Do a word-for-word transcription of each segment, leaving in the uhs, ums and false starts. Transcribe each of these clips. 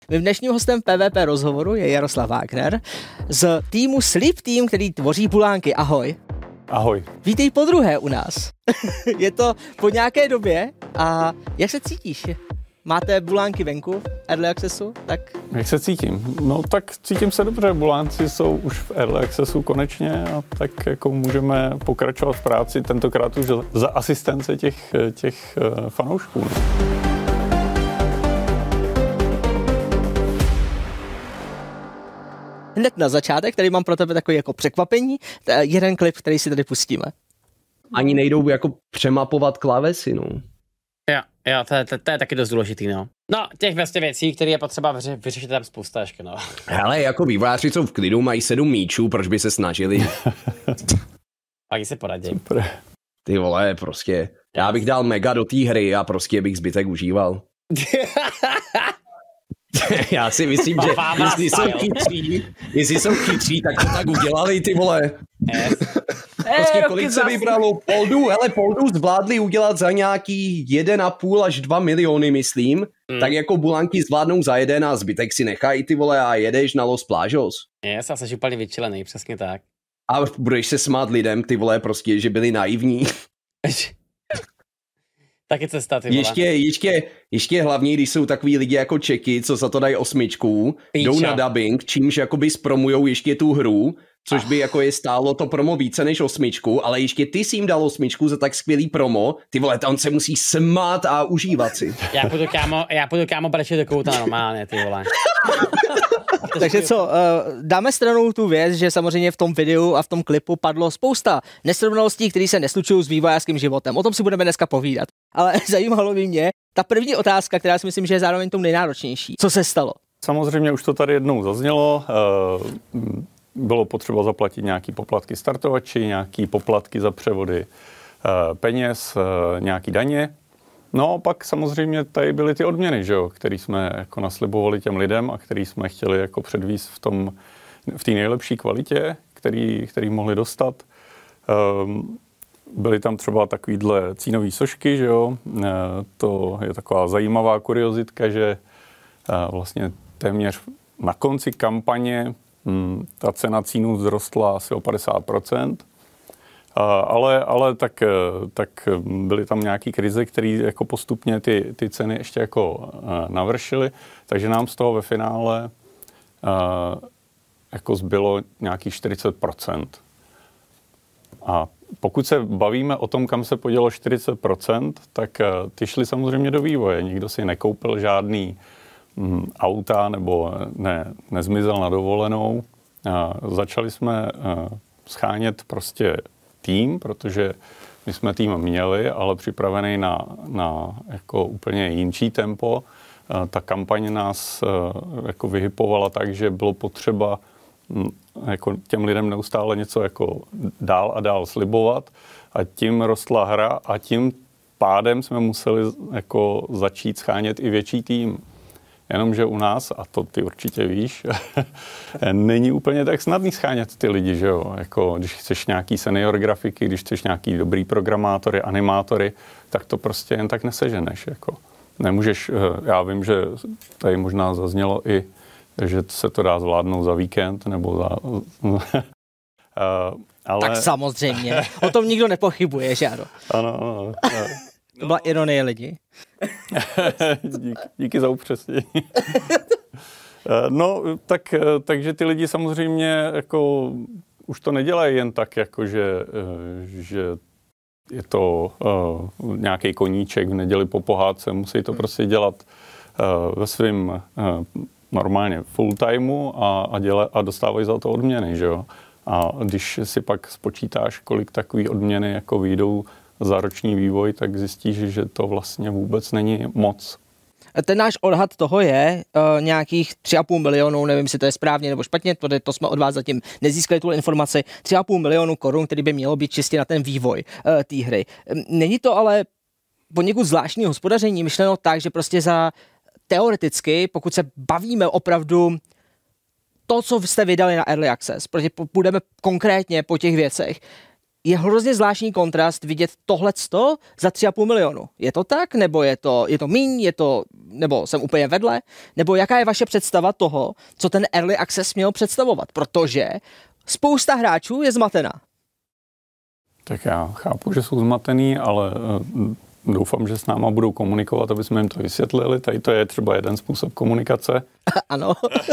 Mým dnešním hostem P V P rozhovoru je Jaroslav Wagner z týmu Sleep Team, který tvoří Bulánky. Ahoj. Ahoj. Vítej podruhé u nás. Je to po nějaké době a jak se cítíš? Máte Bulánky venku v Early Accessu? Tak... Jak se cítím? No tak cítím se dobře, Bulánci jsou už v Early Accessu konečně a tak jako můžeme pokračovat v práci, tentokrát už za asistence těch, těch fanoušků. Hned na začátek, tady mám pro tebe takový jako překvapení, jeden klip, který si tady pustíme. Ani nejdou jako přemapovat klávesy, no. Jo, jo, to, to, to je taky dost důležitý, no. No, těch vlastně věcí, které je potřeba vyři, vyřešit tam spousta ještě, no. Hele, jako vývojáři jsou v klidu, mají sedm míčů, proč by se snažili? Pak si poradí. Super. Ty vole, prostě, já bych dal mega do té hry a prostě bych zbytek užíval. Já si myslím, že jestli jsou chytří, jestli jsou chytří, tak to tak udělali, ty vole. Prostě kolik se vybralo Poldu, hele, Poldu zvládli udělat za nějaký jeden a půl až dva miliony, myslím, mm. tak jako Bulánky zvládnou za jeden a zbytek si nechají, ty vole, a jedeš na Los Plajos. Yes, a jsi úplně vyčilený, přesně tak. A budeš se smát lidem, ty vole, prostě, že byli naivní. Taky cesta, ty vole. Ještě, ještě, ještě hlavně, když jsou takový lidi jako Čeky, co za to dají osmičku, Píča. Jdou na dubbing, čímž jakoby zpromujou ještě tu hru, což by jako je stálo to promo více než osmičku, ale ještě ty jsi jim dal osmičku za tak skvělý promo, ty vole, on se musí smát a užívat si. Já půjdu kámo, já půjdu kámo brečet do kouta normálně, ty vole. Takže co, dáme stranou tu věc, že samozřejmě v tom videu a v tom klipu padlo spousta nesrovnalostí, které se neslučují s vývojářským životem. O tom si budeme dneska povídat. Ale zajímalo by mě ta první otázka, která si myslím, že je zároveň tou nejnáročnější. Co se stalo? Samozřejmě už to tady jednou zaznělo. Bylo potřeba zaplatit nějaký poplatky startovači, nějaký poplatky za převody peněz, nějaký daně. No a pak samozřejmě tady byly ty odměny, že jo, které jsme jako naslibovali těm lidem a který jsme chtěli jako předvíst v tom, v té nejlepší kvalitě, který, který mohli dostat. Um, byly tam třeba takovýhle cínový sošky, že jo, e, to je taková zajímavá kuriozitka, že e, vlastně téměř na konci kampaně m, ta cena cínu vzrostla asi o padesát procent. Ale, ale tak, tak byly tam nějaký krize, které jako postupně ty, ty ceny ještě jako navršily, takže nám z toho ve finále jako zbylo nějakých čtyřicet procent. A pokud se bavíme o tom, kam se podělo čtyřicet procent, tak ty šly samozřejmě do vývoje. Nikdo si nekoupil žádný mm, auta nebo ne, nezmizel na dovolenou. A začali jsme schánět prostě tým, protože my jsme tým měli, ale připravený na, na jako úplně jinčí tempo. Ta kampaň nás jako vyhypovala tak, že bylo potřeba jako těm lidem neustále něco jako dál a dál slibovat a tím rostla hra a tím pádem jsme museli jako začít schánět i větší tým. Jenomže u nás, a to ty určitě víš, není úplně tak snadný schánět ty lidi, že jo? Jako, když chceš nějaký senior grafiky, když chceš nějaký dobrý programátory, animátory, tak to prostě jen tak neseženeš. Jako. Nemůžeš, já vím, že tady možná zaznělo i, že se to dá zvládnout za víkend, nebo za... ale... Tak samozřejmě, o tom nikdo nepochybuje, že ano. Ano, ano. To byla ironie lidi. Díky, díky za upřesnění. No, tak, takže ty lidi samozřejmě jako už to nedělají jen tak, jako že, že je to uh, nějaký koníček v neděli po pohádce. Musí to prostě dělat uh, ve svým uh, normálně full timeu a, a, děla, a dostávají za to odměny, že jo. A když si pak spočítáš, kolik takový odměny jako vyjdou za roční vývoj, tak zjistíš, že to vlastně vůbec není moc. Ten náš odhad toho je uh, nějakých tři a půl milionů, nevím, jestli to je správně nebo špatně, to, to jsme od vás zatím nezískali tu informaci, tři a půl milionu korun, který by mělo být čistě na ten vývoj uh, té hry. Není to ale poněkud zvláštní hospodaření, myšleno tak, že prostě za teoreticky, pokud se bavíme opravdu to, co jste vydali na Early Access, protože půjdeme konkrétně po těch věcech, je hrozně zvláštní kontrast vidět tohleto za tři a půl milionu. Je to tak? Nebo je to, je to míň? Je to, nebo jsem úplně vedle? Nebo jaká je vaše představa toho, co ten Early Access měl představovat? Protože spousta hráčů je zmatená. Tak já chápu, že jsou zmatený, ale uh, doufám, že s náma budou komunikovat, aby jsme jim to vysvětlili. Tady to je třeba jeden způsob komunikace. Ano.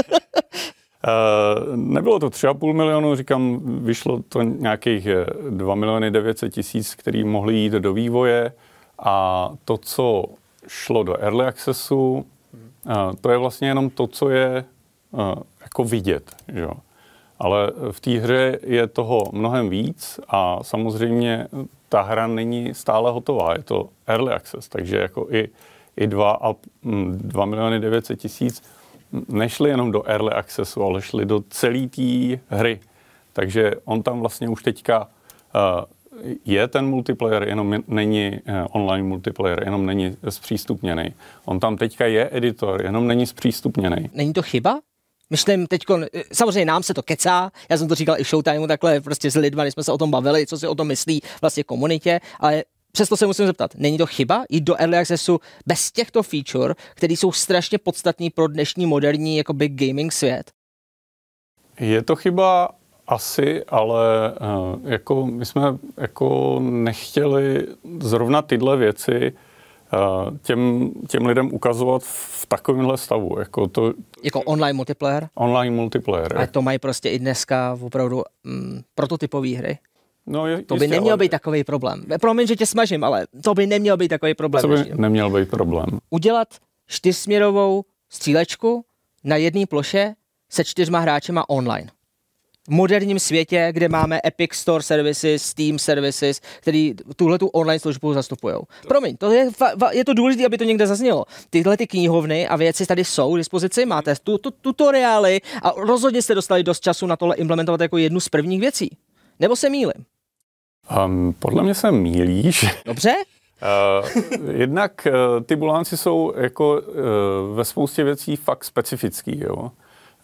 Uh, nebylo to tři a půl milionu, říkám, vyšlo to nějakých dva miliony devět set tisíc, který mohli jít do vývoje a to, co šlo do Early Accessu, uh, to je vlastně jenom to, co je uh, jako vidět, jo. Ale v té hře je toho mnohem víc a samozřejmě ta hra není stále hotová, je to Early Access, takže jako i, i dva miliony devět set tisíc nešli jenom do Early Accessu, ale šli do celé té hry. Takže on tam vlastně už teďka uh, je ten multiplayer, jenom není uh, online multiplayer, jenom není zpřístupněný. On tam teďka je editor, jenom není zpřístupněný. Není to chyba? Myslím, teďko, samozřejmě nám se to kecá, já jsem to říkal i v Showtimeu takhle, prostě s lidmi, když jsme se o tom bavili, co si o tom myslí vlastně komunitě, ale přesto se musím zeptat, není to chyba jít do Early Accessu bez těchto feature, které jsou strašně podstatný pro dnešní moderní jakoby gaming svět? Je to chyba asi, ale uh, jako my jsme jako nechtěli zrovna tyhle věci uh, těm, těm lidem ukazovat v takovémhle stavu. Jako, to, jako online multiplayer? Online multiplayer. Ale to mají prostě i dneska opravdu mm, prototypové hry. No, je, to by jistě, neměl ale... být takový problém. Promiň, že tě smažím, ale to by neměl být takový problém. To by neměl být problém. Udělat čtyřsměrovou střílečku na jedné ploše se čtyřma hráčema online. V moderním světě, kde máme Epic Store Services, Steam Services, který tuhletu online službu zastupují. Promiň, to je, je to důležité, aby to někde zaznělo. Tyhle ty knihovny a věci tady jsou k dispozici, máte tu, tu, tutoriály a rozhodně jste dostali dost času na tohle implementovat jako jednu z prvních věcí. Nebo se mýlím? Um, podle mě se mýlíš. Dobře. Uh, jednak uh, ty bulánci jsou jako uh, ve spoustě věcí fakt specifický. Jo? Uh,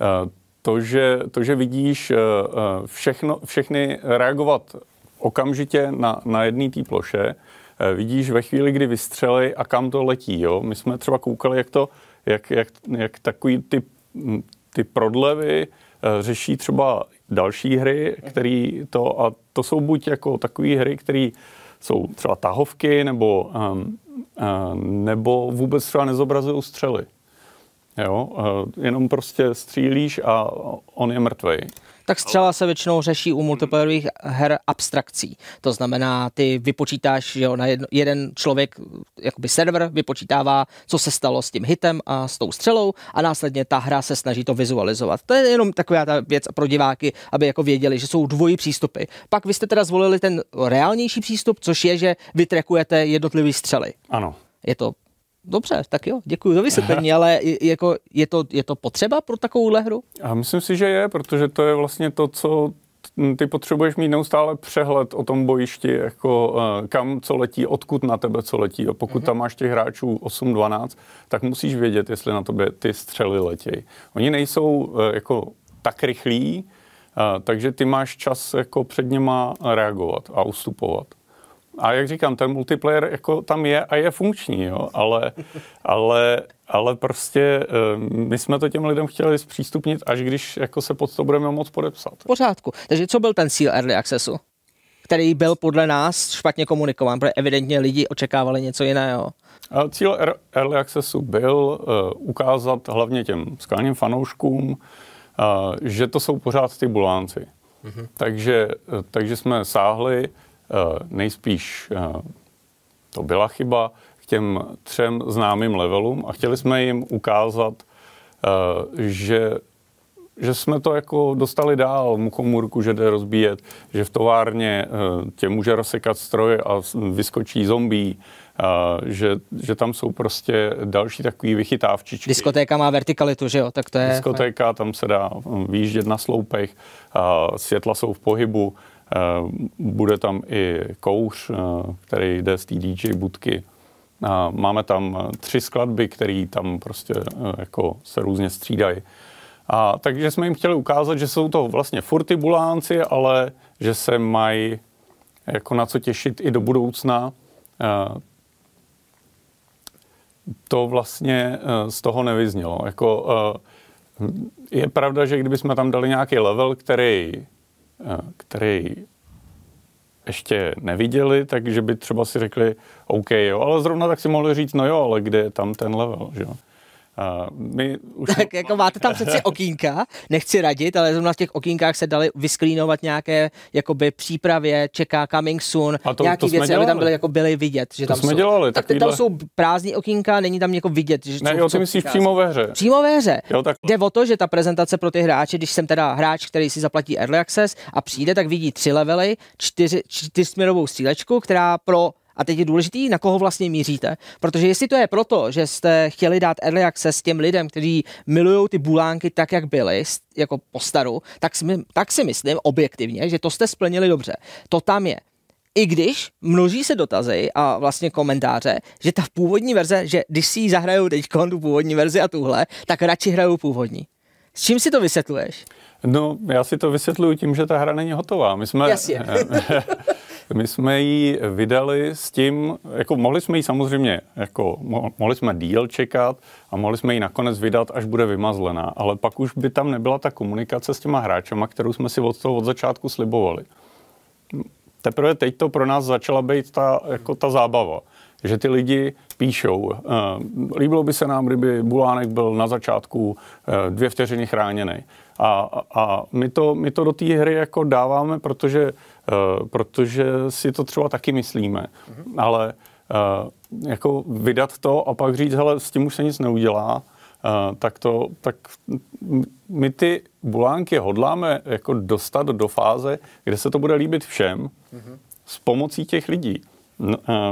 to, že, to, že vidíš uh, všechno, všechny reagovat okamžitě na, na jedné té ploše, uh, vidíš ve chvíli, kdy vystřelej a kam to letí. Jo? My jsme třeba koukali, jak, to, jak, jak, jak takový ty, ty prodlevy uh, řeší třeba další hry, který to, a to jsou buď jako takové hry, které jsou třeba tahovky, nebo, um, uh, nebo vůbec třeba nezobrazují střely. Jo? Uh, jenom prostě střílíš a on je mrtvej. Tak střela se většinou řeší u multiplayerových her abstrakcí. To znamená, ty vypočítáš, že jo, na jedno, jeden člověk, jakoby server, vypočítává, co se stalo s tím hitem a s tou střelou a následně ta hra se snaží to vizualizovat. To je jenom taková ta věc pro diváky, aby jako věděli, že jsou dvojí přístupy. Pak vy jste teda zvolili ten reálnější přístup, což je, že vy trackujete jednotlivý střely. Ano. Je to dobře, tak jo, děkuji za vysvětlení, ale jako je, to, je to potřeba pro takovouhle hru? A myslím si, že je, protože to je vlastně to, co ty potřebuješ mít neustále přehled o tom bojišti, jako uh, kam co letí, odkud na tebe co letí. A pokud mm-hmm. tam máš těch hráčů osm dvanáct, tak musíš vědět, jestli na tobě ty střely letějí. Oni nejsou uh, jako tak rychlí, uh, takže ty máš čas jako před nima reagovat a ustupovat. A jak říkám, ten multiplayer jako tam je a je funkční, jo, ale, ale, ale prostě my jsme to těm lidem chtěli zpřístupnit, až když jako se pod to budeme moc podepsat. V pořádku. Takže co byl ten cíl Early Accessu, který byl podle nás špatně komunikován, protože evidentně lidi očekávali něco jiného? A cíl Early Accessu byl uh, ukázat hlavně těm skalním fanouškům, uh, že to jsou pořád ty bulánci. Mm-hmm. Takže, uh, takže jsme sáhli Uh, nejspíš uh, to byla chyba k těm třem známým levelům a chtěli jsme jim ukázat, uh, že, že jsme to jako dostali dál, muchomůrku, že jde rozbíjet, že v továrně uh, tě může rozsekat stroj a vyskočí zombie, uh, že, že tam jsou prostě další takový vychytávčičky. Diskotéka má vertikalitu, že jo? Tak to je... Diskotéka, tam se dá výjíždět na sloupech, uh, světla jsou v pohybu, Uh, bude tam i kouř, uh, který jde z té D J budky. Uh, máme tam uh, tři skladby, které tam prostě uh, jako se různě střídají. A takže jsme jim chtěli ukázat, že jsou to vlastně furt ty bulánci, ale že se mají jako na co těšit i do budoucna, to vlastně z toho nevyznělo. Jako, je pravda, že kdybychom tam dali nějaký level, který, který ještě neviděli, takže by třeba si řekli OK, jo, ale zrovna tak si mohli říct, no jo, ale kde je tam ten level, že jo. Uh, my už... Tak jako máte tam přeci okýnka, nechci radit, ale zrovna v těch okýnkách se dali vysklínovat nějaké jakoby přípravě, čeká coming soon, to, nějaký to věci, aby tam byly, jako byly vidět. Že to tam jsme jsou. dělali. Tak takovýhle... tam jsou prázdný okýnka, není tam něko vidět. Že ne, jo, ty myslíš přímo ve hře. Přímo ve hře. Jo, tak... Jde o to, že ta prezentace pro ty hráče, když jsem teda hráč, který si zaplatí Early Access a přijde, tak vidí tři levely, čtyři, čtyřsměrovou střílečku, která pro a teď je důležitý, na koho vlastně míříte, protože jestli to je proto, že jste chtěli dát early access těm lidem, kteří milují ty bulánky tak, jak byly, jako po staru, tak si, tak si myslím objektivně, že to jste splnili dobře. To tam je. I když množí se dotazy a vlastně komentáře, že ta původní verze, že když si ji zahrajou teďkon, tu původní verzi a tuhle, tak radši hrajou původní. S čím si to vysvětluješ? No, já si to vysvětluju tím, že ta hra není hotová. My jsme... Jasně. My jsme ji vydali s tím, jako mohli jsme ji samozřejmě, jako mohli jsme díl čekat a mohli jsme ji nakonec vydat, až bude vymazlená, ale pak už by tam nebyla ta komunikace s těma hráčema, kterou jsme si od toho od začátku slibovali. Teprve teď to pro nás začala být ta, jako ta zábava, že ty lidi píšou, uh, líbilo by se nám, kdyby bulánek byl na začátku uh, dvě vteřiny chráněný. A, a my, to, my to do té hry jako dáváme, protože, uh, protože si to třeba taky myslíme. Mm-hmm. Ale uh, jako vydat to a pak říct, hele, s tím už se nic neudělá, uh, tak, to, tak my ty bulánky hodláme jako dostat do fáze, kde se to bude líbit všem mm-hmm. s pomocí těch lidí. Uh,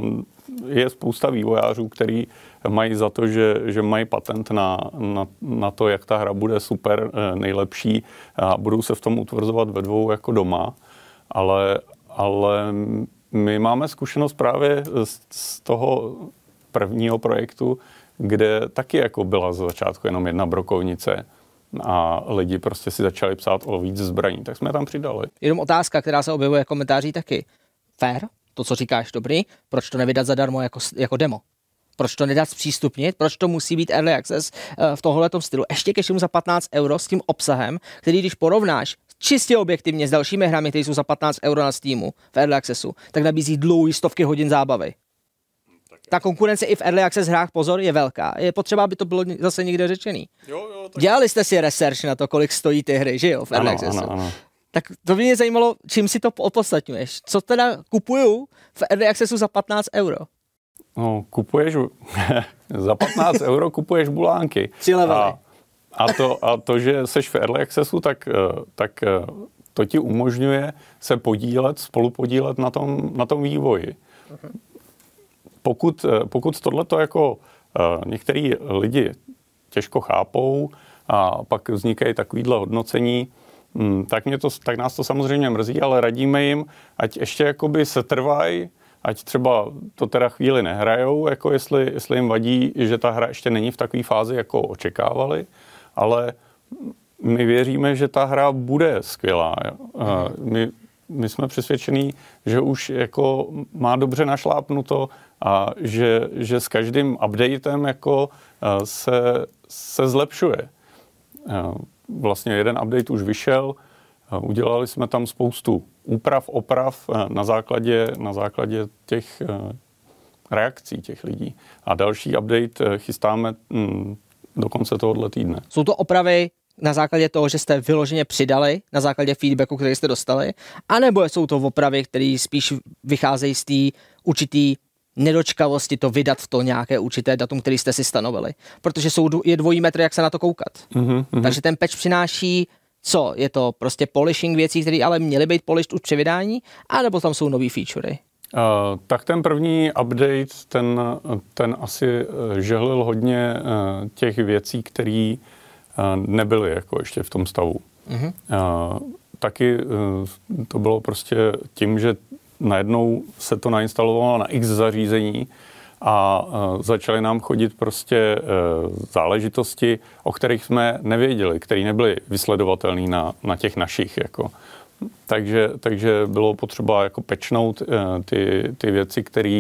je spousta vývojářů, který mají za to, že, že mají patent na, na, na to, jak ta hra bude super, nejlepší a budou se v tom utvrzovat ve dvou jako doma, ale, ale my máme zkušenost právě z, z toho prvního projektu, kde taky jako byla z začátku jenom jedna brokovnice a lidi prostě si začali psát o víc zbraní, tak jsme tam přidali. Jenom otázka, která se objevuje v komentářích taky. Fair? To, co říkáš, dobrý, proč to nevydat zadarmo jako, jako demo? Proč to nedat zpřístupnit? Proč to musí být early access uh, v tohohletom stylu? Ještě ke všemu za patnáct euro s tím obsahem, který když porovnáš čistě objektivně s dalšími hrami, které jsou za patnáct euro na Steamu v early accessu, tak nabízí dlouhý stovky hodin zábavy. Ta konkurence i v early access hrách, pozor, je velká. Je potřeba, aby to bylo zase někde řečený. Jo, jo, tak... Dělali jste si research na to, kolik stojí ty hry, že jo, v early accessu? Ano, ano. Tak to by mě zajímalo, čím si to opodstatňuješ. Co teda kupuju v early accessu za patnáct euro? No, kupuješ, za patnáct euro kupuješ bulánky. Tři levely. A, a, to, a to, že seš v early accessu, tak, tak to ti umožňuje se podílet, spolupodílet na tom, na tom vývoji. Pokud, pokud tohleto jako některý lidi těžko chápou a pak vznikají takovýhle hodnocení, tak, mě to, tak nás to samozřejmě mrzí, ale radíme jim, ať ještě jakoby se trvají, ať třeba to teda chvíli nehrajou, jako jestli, jestli jim vadí, že ta hra ještě není v takové fázi, jako očekávali, ale my věříme, že ta hra bude skvělá. My, my jsme přesvědčení, že už jako má dobře našlápnuto a že, že s každým updatem jako se, se zlepšuje. Vlastně jeden update už vyšel, udělali jsme tam spoustu úprav, oprav na základě, na základě těch reakcí těch lidí. A další update chystáme do konce tohoto týdne. Jsou to opravy na základě toho, že jste vyloženě přidali, na základě feedbacku, který jste dostali, anebo jsou to opravy, které spíš vycházejí z té určitý nedočkavosti to vydat v to nějaké určité datum, který jste si stanovili. Protože jsou, je dvojí metr, jak se na to koukat. Mm-hmm. Takže ten patch přináší, co? Je to prostě polishing věcí, které ale měly být polished už při vydání, anebo tam jsou nový featurey? Uh, tak ten první update, ten, ten asi žehlil hodně uh, těch věcí, které uh, nebyly jako ještě v tom stavu. Mm-hmm. Uh, taky uh, to bylo prostě tím, že najednou se to nainstalovalo na x zařízení a uh, začaly nám chodit prostě uh, záležitosti, o kterých jsme nevěděli, které nebyly vysledovatelné na, na těch našich. Jako. takže, takže bylo potřeba jako pečnout ty, ty věci,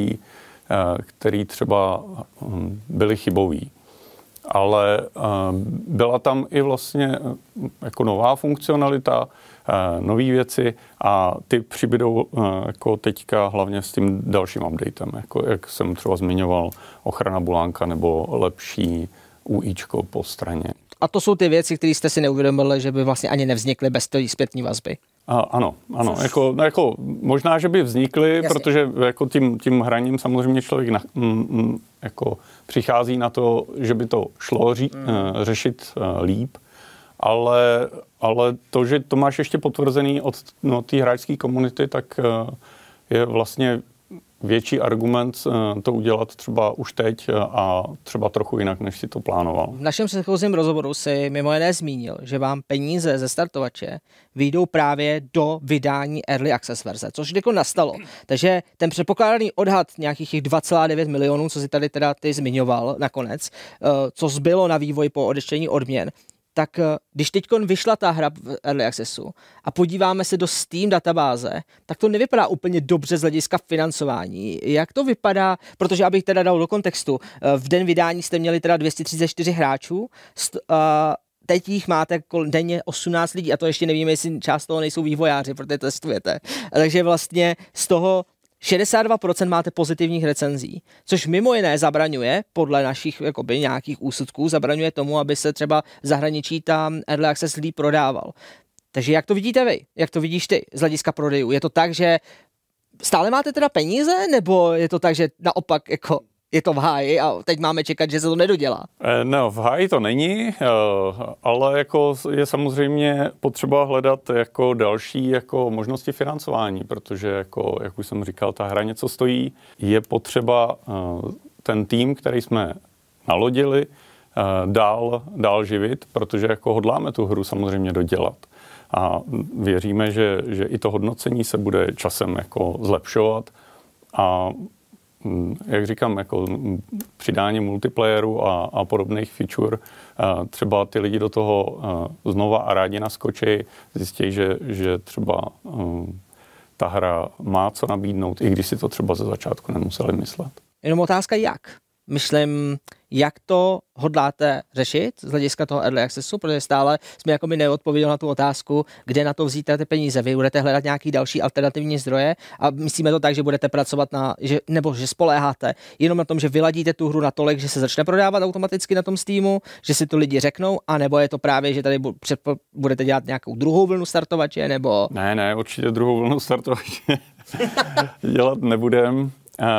které třeba byly chybový. Ale byla tam i vlastně jako nová funkcionalita, nové věci a ty přibydou jako teďka hlavně s tím dalším updatem, jako jak jsem třeba zmiňoval, ochrana bulánka nebo lepší UIčko po straně. A to jsou ty věci, které jste si neuvědomili, že by vlastně ani nevznikly bez té zpětné vazby. A, ano, ano. Jako, jako, možná, že by vznikly, Jasně. protože jako tím, tím hraním samozřejmě člověk na, m, m, jako přichází na to, že by to šlo ří, mm. uh, řešit uh, líp, ale, ale to, že to máš ještě potvrzený od no, té hráčské komunity, tak uh, je vlastně větší argument to udělat třeba už teď a třeba trochu jinak, než si to plánoval. V našem předchozím rozhovoru si mimo jiné zmínil, že vám peníze ze startovače vyjdou právě do vydání Early Access verze, což jako nastalo. Takže ten předpokládaný odhad nějakých dva celá devět milionů, co si tady teda ty zmiňoval nakonec, co zbylo na vývoj po odečtení odměn, tak když teď vyšla ta hra v Early Accessu a podíváme se do Steam databáze, tak to nevypadá úplně dobře z hlediska financování. Jak to vypadá, protože abych teda dal do kontextu, v den vydání jste měli teda dvě stě třicet čtyři hráčů, teď jich máte denně osmnáct lidí a to ještě nevíme, jestli část toho nejsou vývojáři, protože testujete. Takže vlastně z toho šedesát dva procent máte pozitivních recenzí, což mimo jiné zabraňuje, podle našich jakoby, nějakých úsudků, zabraňuje tomu, aby se třeba v zahraničí tam Early Access líp prodával. Takže jak to vidíte vy? Jak to vidíš ty z hlediska prodejů? Je to tak, že stále máte teda peníze, nebo je to tak, že naopak jako je to v háji a teď máme čekat, že se to nedodělá? No, v háji to není, ale jako je samozřejmě potřeba hledat jako další jako možnosti financování, protože jako, jak už jsem říkal, ta hra něco stojí. Je potřeba ten tým, který jsme nalodili, dál, dál živit, protože jako hodláme tu hru samozřejmě dodělat. A věříme, že, že i to hodnocení se bude časem jako zlepšovat a jak říkám, jako přidání multiplayeru a, a podobných feature, třeba ty lidi do toho znova a rádi naskočí, zjistí, že, že třeba ta hra má co nabídnout, i když si to třeba ze začátku nemuseli myslet. Jenom otázka jak? Myslím, jak to hodláte řešit z hlediska toho Early Accessu, protože stále jsme jako by neodpověděli na tu otázku, kde na to vzít ty peníze. Vy budete hledat nějaký další alternativní zdroje a myslíme to tak, že budete pracovat na, že, nebo že spoléháte jenom na tom, že vyladíte tu hru natolik, že se začne prodávat automaticky na tom Steamu, že si to lidi řeknou, anebo je to právě, že tady budete dělat nějakou druhou vlnu startovače, nebo... Ne, ne, určitě druhou vlnu startovače dělat nebudem.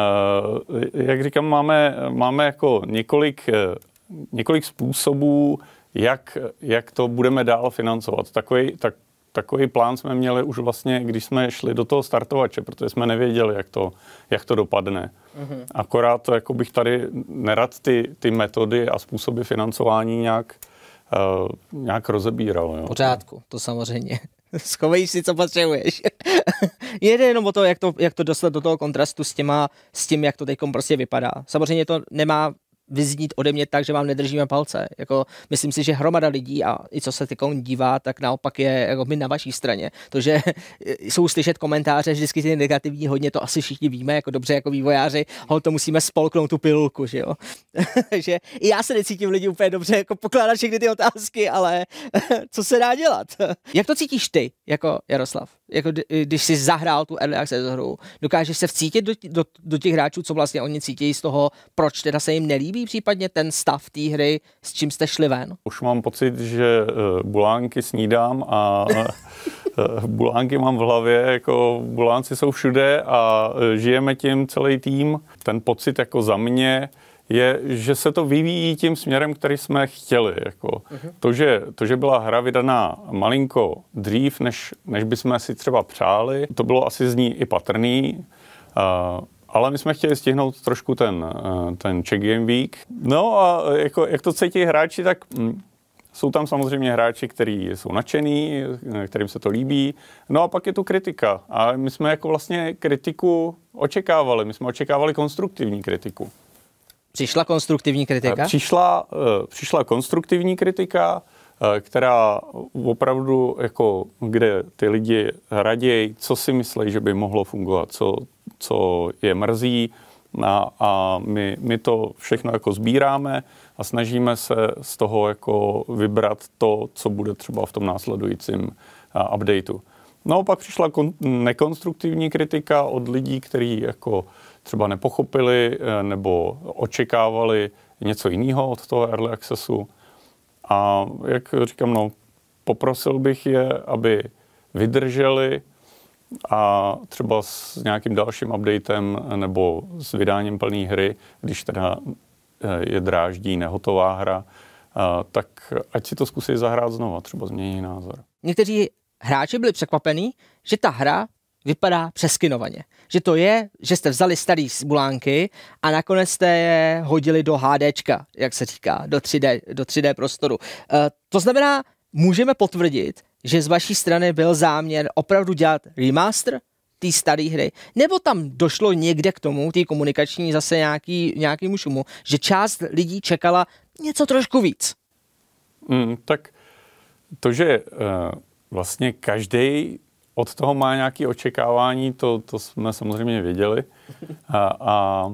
Uh, jak říkám, máme, máme jako několik, několik způsobů, jak, jak to budeme dál financovat. Takový, tak, takový plán jsme měli už vlastně, když jsme šli do toho startovače, protože jsme nevěděli, jak to, jak to dopadne. Mm-hmm. Akorát to, jako bych tady nerad ty, ty metody a způsoby financování nějak, uh, nějak rozebíral. Jo. V pořádku, to samozřejmě. Schovej si, co potřebuješ. Jde jenom o to, jak to, jak to dostat do toho kontrastu s, těma, s tím, jak to teď prostě vypadá. Samozřejmě to nemá vyznít ode mě tak, že vám nedržíme palce. Jako, myslím si, že hromada lidí a i co se teď dívá, tak naopak je jako my na vaší straně. To, že jsou slyšet komentáře, vždycky ty negativní hodně, to asi všichni víme, jako dobře jako vývojáři, ho to musíme spolknout tu pilulku, že jo. Takže i já se necítím lidi úplně dobře, jako pokládat všechny ty otázky, ale co se dá dělat? Jak to cítíš ty, jako Jaroslav? Jako když jsi zahrál tu Early Access hru, dokážeš se vcítit do, do, do těch hráčů, co vlastně oni cítí z toho, proč teda se jim nelíbí případně ten stav té hry, s čím jste šli ven? Už mám pocit, že uh, bulánky snídám a uh, bulánky mám v hlavě, jako bulánci jsou všude a uh, žijeme tím celý tým. Ten pocit jako za mě je, že se to vyvíjí tím směrem, který jsme chtěli. Jako. Uh-huh. To, že, to, že byla hra vydaná malinko dřív, než, než bychom si třeba přáli, to bylo asi z ní i patrný, uh, ale my jsme chtěli stihnout trošku ten, uh, ten Czech Game Week. No a jako, jak to cítí hráči, tak hm, jsou tam samozřejmě hráči, kteří jsou nadšený, kterým se to líbí. No a pak je tu kritika. A my jsme jako vlastně kritiku očekávali. My jsme očekávali konstruktivní kritiku. Přišla konstruktivní kritika? Přišla, přišla konstruktivní kritika, která opravdu, jako, kde ty lidi raději, co si myslí, že by mohlo fungovat, co, co je mrzí a, a my, my to všechno jako sbíráme a snažíme se z toho jako vybrat to, co bude třeba v tom následujícím uh, updateu. No, pak přišla kon- nekonstruktivní kritika od lidí, kteří jako třeba nepochopili nebo očekávali něco jiného od toho early accessu. A jak říkám, no, poprosil bych je, aby vydrželi a třeba s nějakým dalším updatem nebo s vydáním plné hry, když teda je dráždí nehotová hra, tak ať si to zkusí zahrát znova, třeba změní názor. Někteří hráči byli překvapení, že ta hra vypadá přeskinovaně. Že to je, že jste vzali starý bulánky a nakonec jste je hodili do HDčka, jak se říká, do tři dé, do tři dé prostoru. E, to znamená, můžeme potvrdit, že z vaší strany byl záměr opravdu dělat remaster té staré hry, nebo tam došlo někde k tomu, té komunikační zase nějaký, nějakýmu šumu, že část lidí čekala něco trošku víc? Mm, tak to, že uh, vlastně každý od toho má nějaké očekávání, to, to jsme samozřejmě věděli. A, a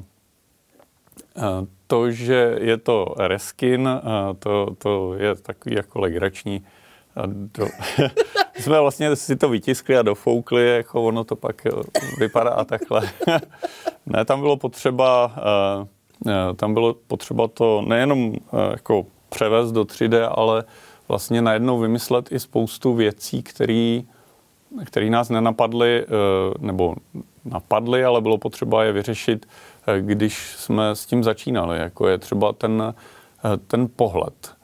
to, že je to reskin, to, to je takový jako legrační. Do, jsme vlastně si to vytiskli a dofoukli, jako ono to pak vypadá a takhle. Ne, tam bylo potřeba, tam bylo potřeba to nejenom jako převést do tři dé, ale vlastně najednou vymyslet i spoustu věcí, které který nás nenapadly, nebo napadly, ale bylo potřeba je vyřešit, když jsme s tím začínali, jako je třeba ten, ten pohled.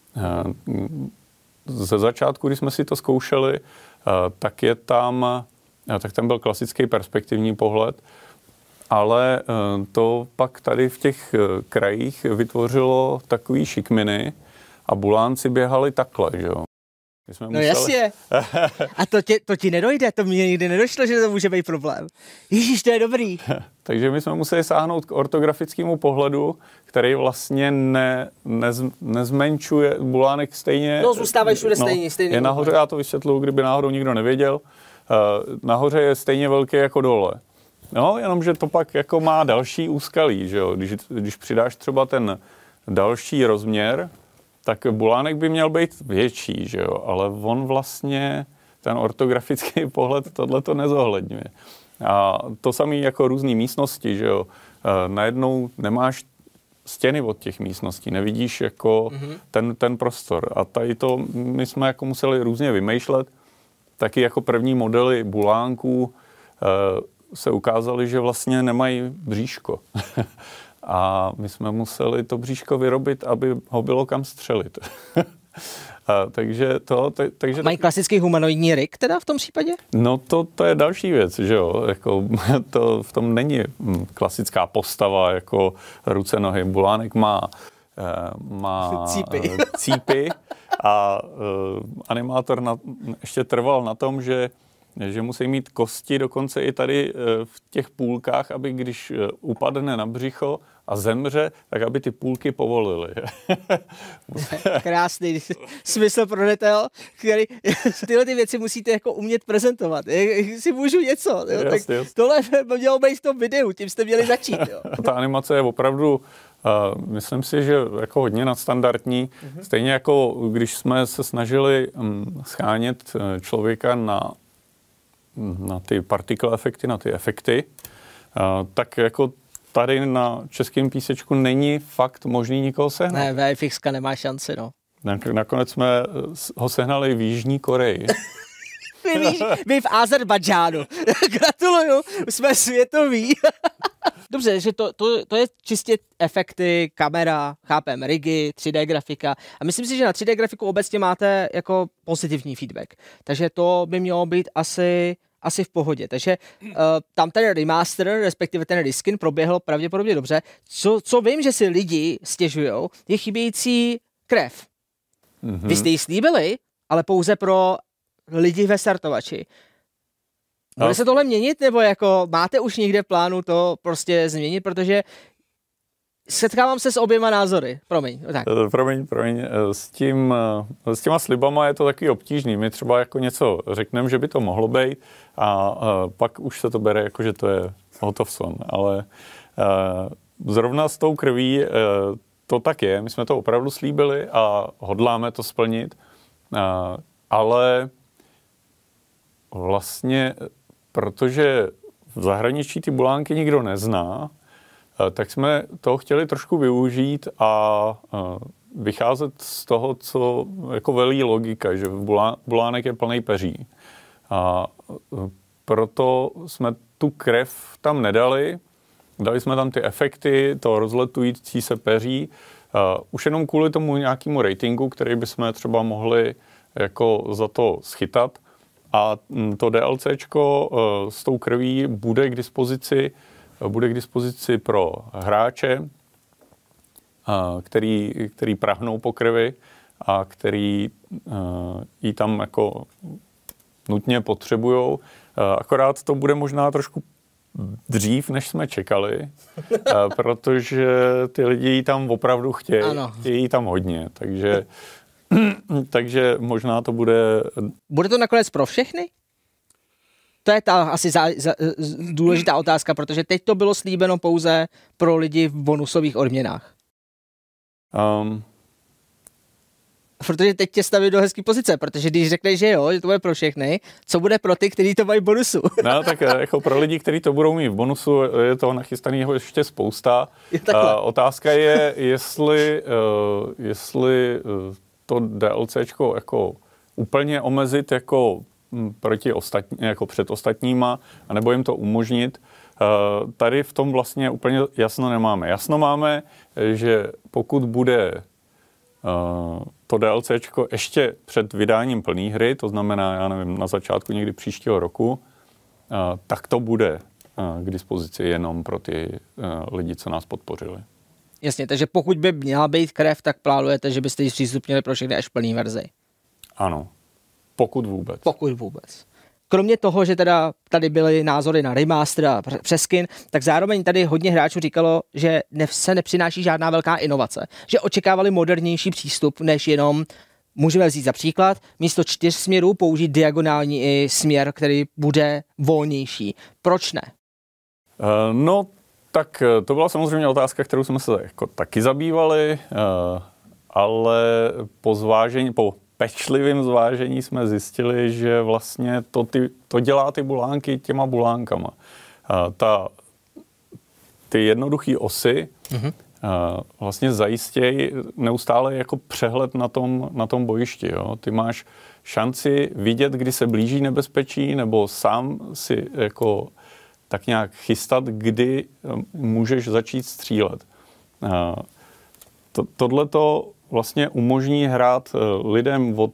Ze začátku, když jsme si to zkoušeli, tak je tam, tak tam byl klasický perspektivní pohled, ale to pak tady v těch krajích vytvořilo takový šikminy a bulánci běhali takhle, že jo. No museli... jasně. A to, tě, to ti nedojde, to mě nikdy nedošlo, že to může být problém. Ježíš, to je dobrý. Takže my jsme museli sáhnout k ortografickému pohledu, který vlastně ne, nez, nezmenšuje bulánek stejně. No, zůstávají všude no, stejně. stejně je nahoře, já to vysvětluji, kdyby náhodou nikdo nevěděl. Uh, nahoře je stejně velký jako dole. No, jenomže to pak jako má další úskalí, že jo. Když, když přidáš třeba ten další rozměr, tak bulánek by měl být větší, že jo, ale on vlastně, ten ortografický pohled tohleto nezohledňuje. A to samé jako různé místnosti, že jo, najednou nemáš stěny od těch místností, nevidíš jako mm-hmm. ten, ten prostor. A tady to my jsme jako museli různě vymýšlet. Taky jako první modely bulánků se ukázaly, že vlastně nemají bříško. A my jsme museli to bříško vyrobit, aby ho bylo kam střelit. A takže to... T- takže mají klasický humanoidní rig teda v tom případě? No to, to je další věc, že jo. Jako, to v tom není klasická postava, jako ruce, nohy. Bulánek má, má cípy. cípy a uh, animátor na, ještě trval na tom, že že musí mít kosti dokonce i tady v těch půlkách, aby když upadne na břicho a zemře, tak aby ty půlky povolily. Krásný smysl pro detail, který tyhle ty věci musíte jako umět prezentovat. Si můžu něco. Jo? Jasně, tak jasně. tohle mělo být v tom videu, tím jste měli začít. Jo? Ta animace je opravdu, uh, myslím si, že jako hodně nadstandardní. Mm-hmm. Stejně jako když jsme se snažili um, schánět člověka na na ty particle efekty, na ty efekty, uh, tak jako tady na českém písečku není fakt možný nikoho sehnat. Ne, V F X nemá šanci, no. Nakonec jsme ho sehnali v Jižní Koreji. Vy, víš, vy v Azerbajdžánu. Gratuluju, jsme světoví. Dobře, že to, to, to je čistě efekty, kamera, chápem, rigy, tři dé grafika. A myslím si, že na tři dé grafiku obecně máte jako pozitivní feedback. Takže to by mělo být asi, asi v pohodě. Takže uh, tam ten remaster, respektive ten reskin proběhl pravděpodobně dobře. Co, co vím, že si lidi stěžujou, je chybějící krev. Mm-hmm. Vy jste ji slíbili, ale pouze pro lidi ve startovači. Bude no. se tohle měnit, nebo jako máte už někde v plánu to prostě změnit, protože setkávám se s oběma názory. Promiň. Tak. Promiň, promiň. S, tím, s těma slibama je to taky obtížný. My třeba jako něco řekneme, že by to mohlo být a, a pak už se to bere jako, že to je hotov son. Ale a, zrovna s tou krví a, to tak je. My jsme to opravdu slíbili a hodláme to splnit. A, ale vlastně, protože v zahraničí ty bulánky nikdo nezná, tak jsme to chtěli trošku využít a vycházet z toho, co jako velí logika, že bulánek je plný peří. A proto jsme tu krev tam nedali, dali jsme tam ty efekty, to rozletující se peří, už jenom kvůli tomu nějakému ratingu, který bychom třeba mohli jako za to schytat. A to DLCčko s tou krví bude k dispozici bude k dispozici pro hráče, který, který prahnou po krvi a který ji tam jako nutně potřebujou. Akorát to bude možná trošku dřív, než jsme čekali, protože ty lidi ji tam opravdu chtějí. Ano. Chtějí tam hodně, takže, takže možná to bude... Bude to nakonec pro všechny? To je ta asi za, za, důležitá otázka, protože teď to bylo slíbeno pouze pro lidi v bonusových odměnách. Um. Protože teď tě staví do hezký pozice, protože když řekneš, že jo, že to bude pro všechny, co bude pro ty, kteří to mají v bonusu? No tak jako pro lidi, kteří to budou mít v bonusu, je to nachystaného ještě spousta. Je uh, otázka je, jestli, uh, jestli uh, to DLCčko jako úplně omezit jako proti ostatní, jako před ostatníma, anebo jim to umožnit. Tady v tom vlastně úplně jasno nemáme. Jasno máme, že pokud bude to DLCčko ještě před vydáním plné hry, to znamená, já nevím, na začátku někdy příštího roku, tak to bude k dispozici jenom pro ty lidi, co nás podpořili. Jasně, takže pokud by měla být krev, tak plánujete, že byste ji přístupnili pro všechny až v plný verzi. Ano. Pokud vůbec. Pokud vůbec. Kromě toho, že teda tady byly názory na remaster a přeskin, tak zároveň tady hodně hráčů říkalo, že se nepřináší žádná velká inovace. Že očekávali modernější přístup, než jenom, můžeme vzít za příklad, místo čtyř směrů použít diagonální i směr, který bude volnější. Proč ne? Uh, no, tak to byla samozřejmě otázka, kterou jsme se jako taky zabývali, uh, ale po zvážení, po pečlivým zvážení jsme zjistili, že vlastně to, ty, to dělá ty bulánky těma bulánkama. A ta, ty jednoduché osy mm-hmm. a vlastně zajistějí neustále jako přehled na tom, na tom bojišti. Jo? Ty máš šanci vidět, kdy se blíží nebezpečí, nebo sám si jako tak nějak chystat, kdy můžeš začít střílet. A to, tohleto vlastně umožní hrát lidem od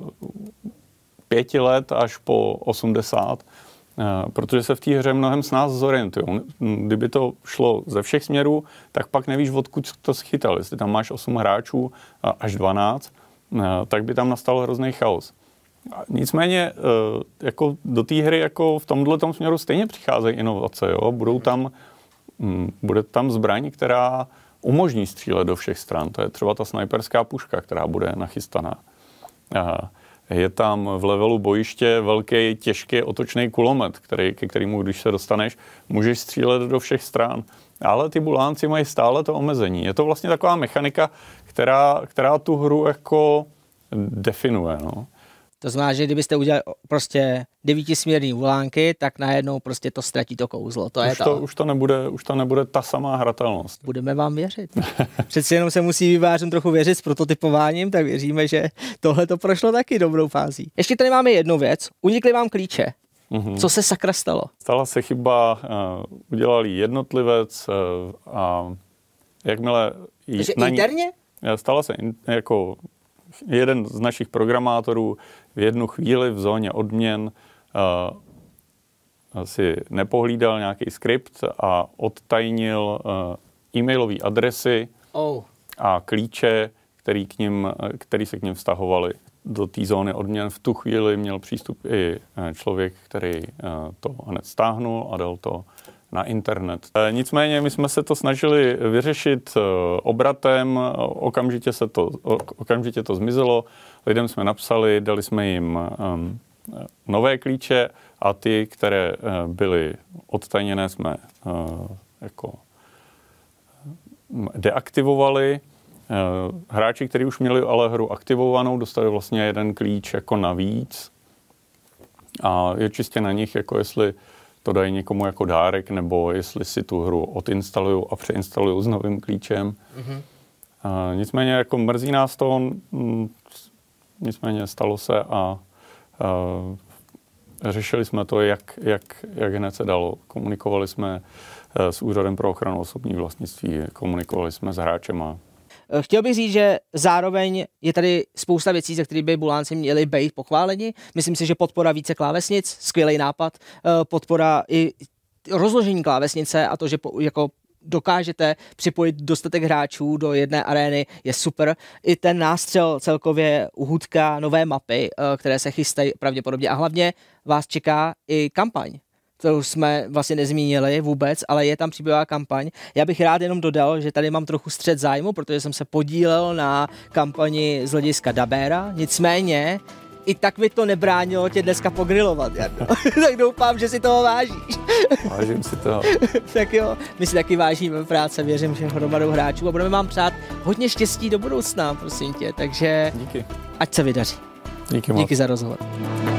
pěti let až po osmdesát, protože se v té hře mnohem s nás zorientují. Kdyby to šlo ze všech směrů, tak pak nevíš, odkud to schytal. Jestli tam máš osm hráčů až dvanáct, tak by tam nastal hrozný chaos. Nicméně jako do té hry jako v tomhletom směru stejně přicházejí inovace. Jo? Budou tam, bude tam zbraň, která umožní střílet do všech stran. To je třeba ta snajperská puška, která bude nachystaná. Je tam v levelu bojiště velký, těžký otočný kulomet, který, ke kterému, když se dostaneš, můžeš střílet do všech stran. Ale ty bulánci mají stále to omezení. Je to vlastně taková mechanika, která, která tu hru jako definuje. No. To znamená, že kdybyste udělali prostě devítisměrný bulánky, tak najednou prostě to ztratí to kouzlo. To už, je to, to. Už, to nebude, už to nebude ta samá hratelnost. Budeme vám věřit. Přeci jenom se musí vývářům trochu věřit s prototypováním, tak věříme, že tohle to prošlo taky dobrou fází. Ještě tady máme jednu věc. Unikly vám klíče. Mm-hmm. Co se sakra stalo? Stala se chyba, uh, udělali jednotlivec uh, a jakmile... Takže na interně? Ní, stala se in, jako jeden z našich programátorů v jednu chvíli v zóně odměn uh, si nepohlídal nějaký skript a odtajnil uh, e-mailové adresy oh. a klíče, který, k ním, který se k ním vztahovaly do té zóny odměn. V tu chvíli měl přístup i člověk, který uh, to hned stáhnul a dal to na internet. Nicméně my jsme se to snažili vyřešit obratem, okamžitě, se to, okamžitě to zmizelo, lidem jsme napsali, dali jsme jim um, nové klíče a ty, které uh, byly odtajněné, jsme uh, jako deaktivovali. Uh, hráči, kteří už měli ale hru aktivovanou, dostali vlastně jeden klíč jako navíc a je čistě na nich, jako jestli to dají někomu jako dárek, nebo jestli si tu hru odinstalují a přeinstalují s novým klíčem. Mm-hmm. A nicméně jako mrzí nás to, m, nicméně stalo se a, a řešili jsme to, jak, jak, jak hned se dalo. Komunikovali jsme s Úřadem pro ochranu osobní vlastnictví, komunikovali jsme s hráčema. Chtěl bych říct, že zároveň je tady spousta věcí, za které by Bulánci měli být pochváleni. Myslím si, že podpora více klávesnic, skvělý nápad, podpora i rozložení klávesnice a to, že po, jako dokážete připojit dostatek hráčů do jedné arény, je super. I ten nástřel celkově uhudka, nové mapy, které se chystají pravděpodobně a hlavně vás čeká i kampaň. To jsme vlastně nezmínili vůbec, ale je tam příběhová kampaň. Já bych rád jenom dodal, že tady mám trochu střet zájmu, protože jsem se podílel na kampani z hlediska dabéra, nicméně i tak mi to nebránilo tě dneska pogrilovat, Jarno. Tak doufám, že si toho vážíš. Vážím si toho. Tak jo, my si taky vážíme práce, věřím, že hromadou hráčů a budeme vám přát hodně štěstí do budoucna, prosím tě, takže díky. Ať se vydaří. Díky moc. Díky za rozhovor.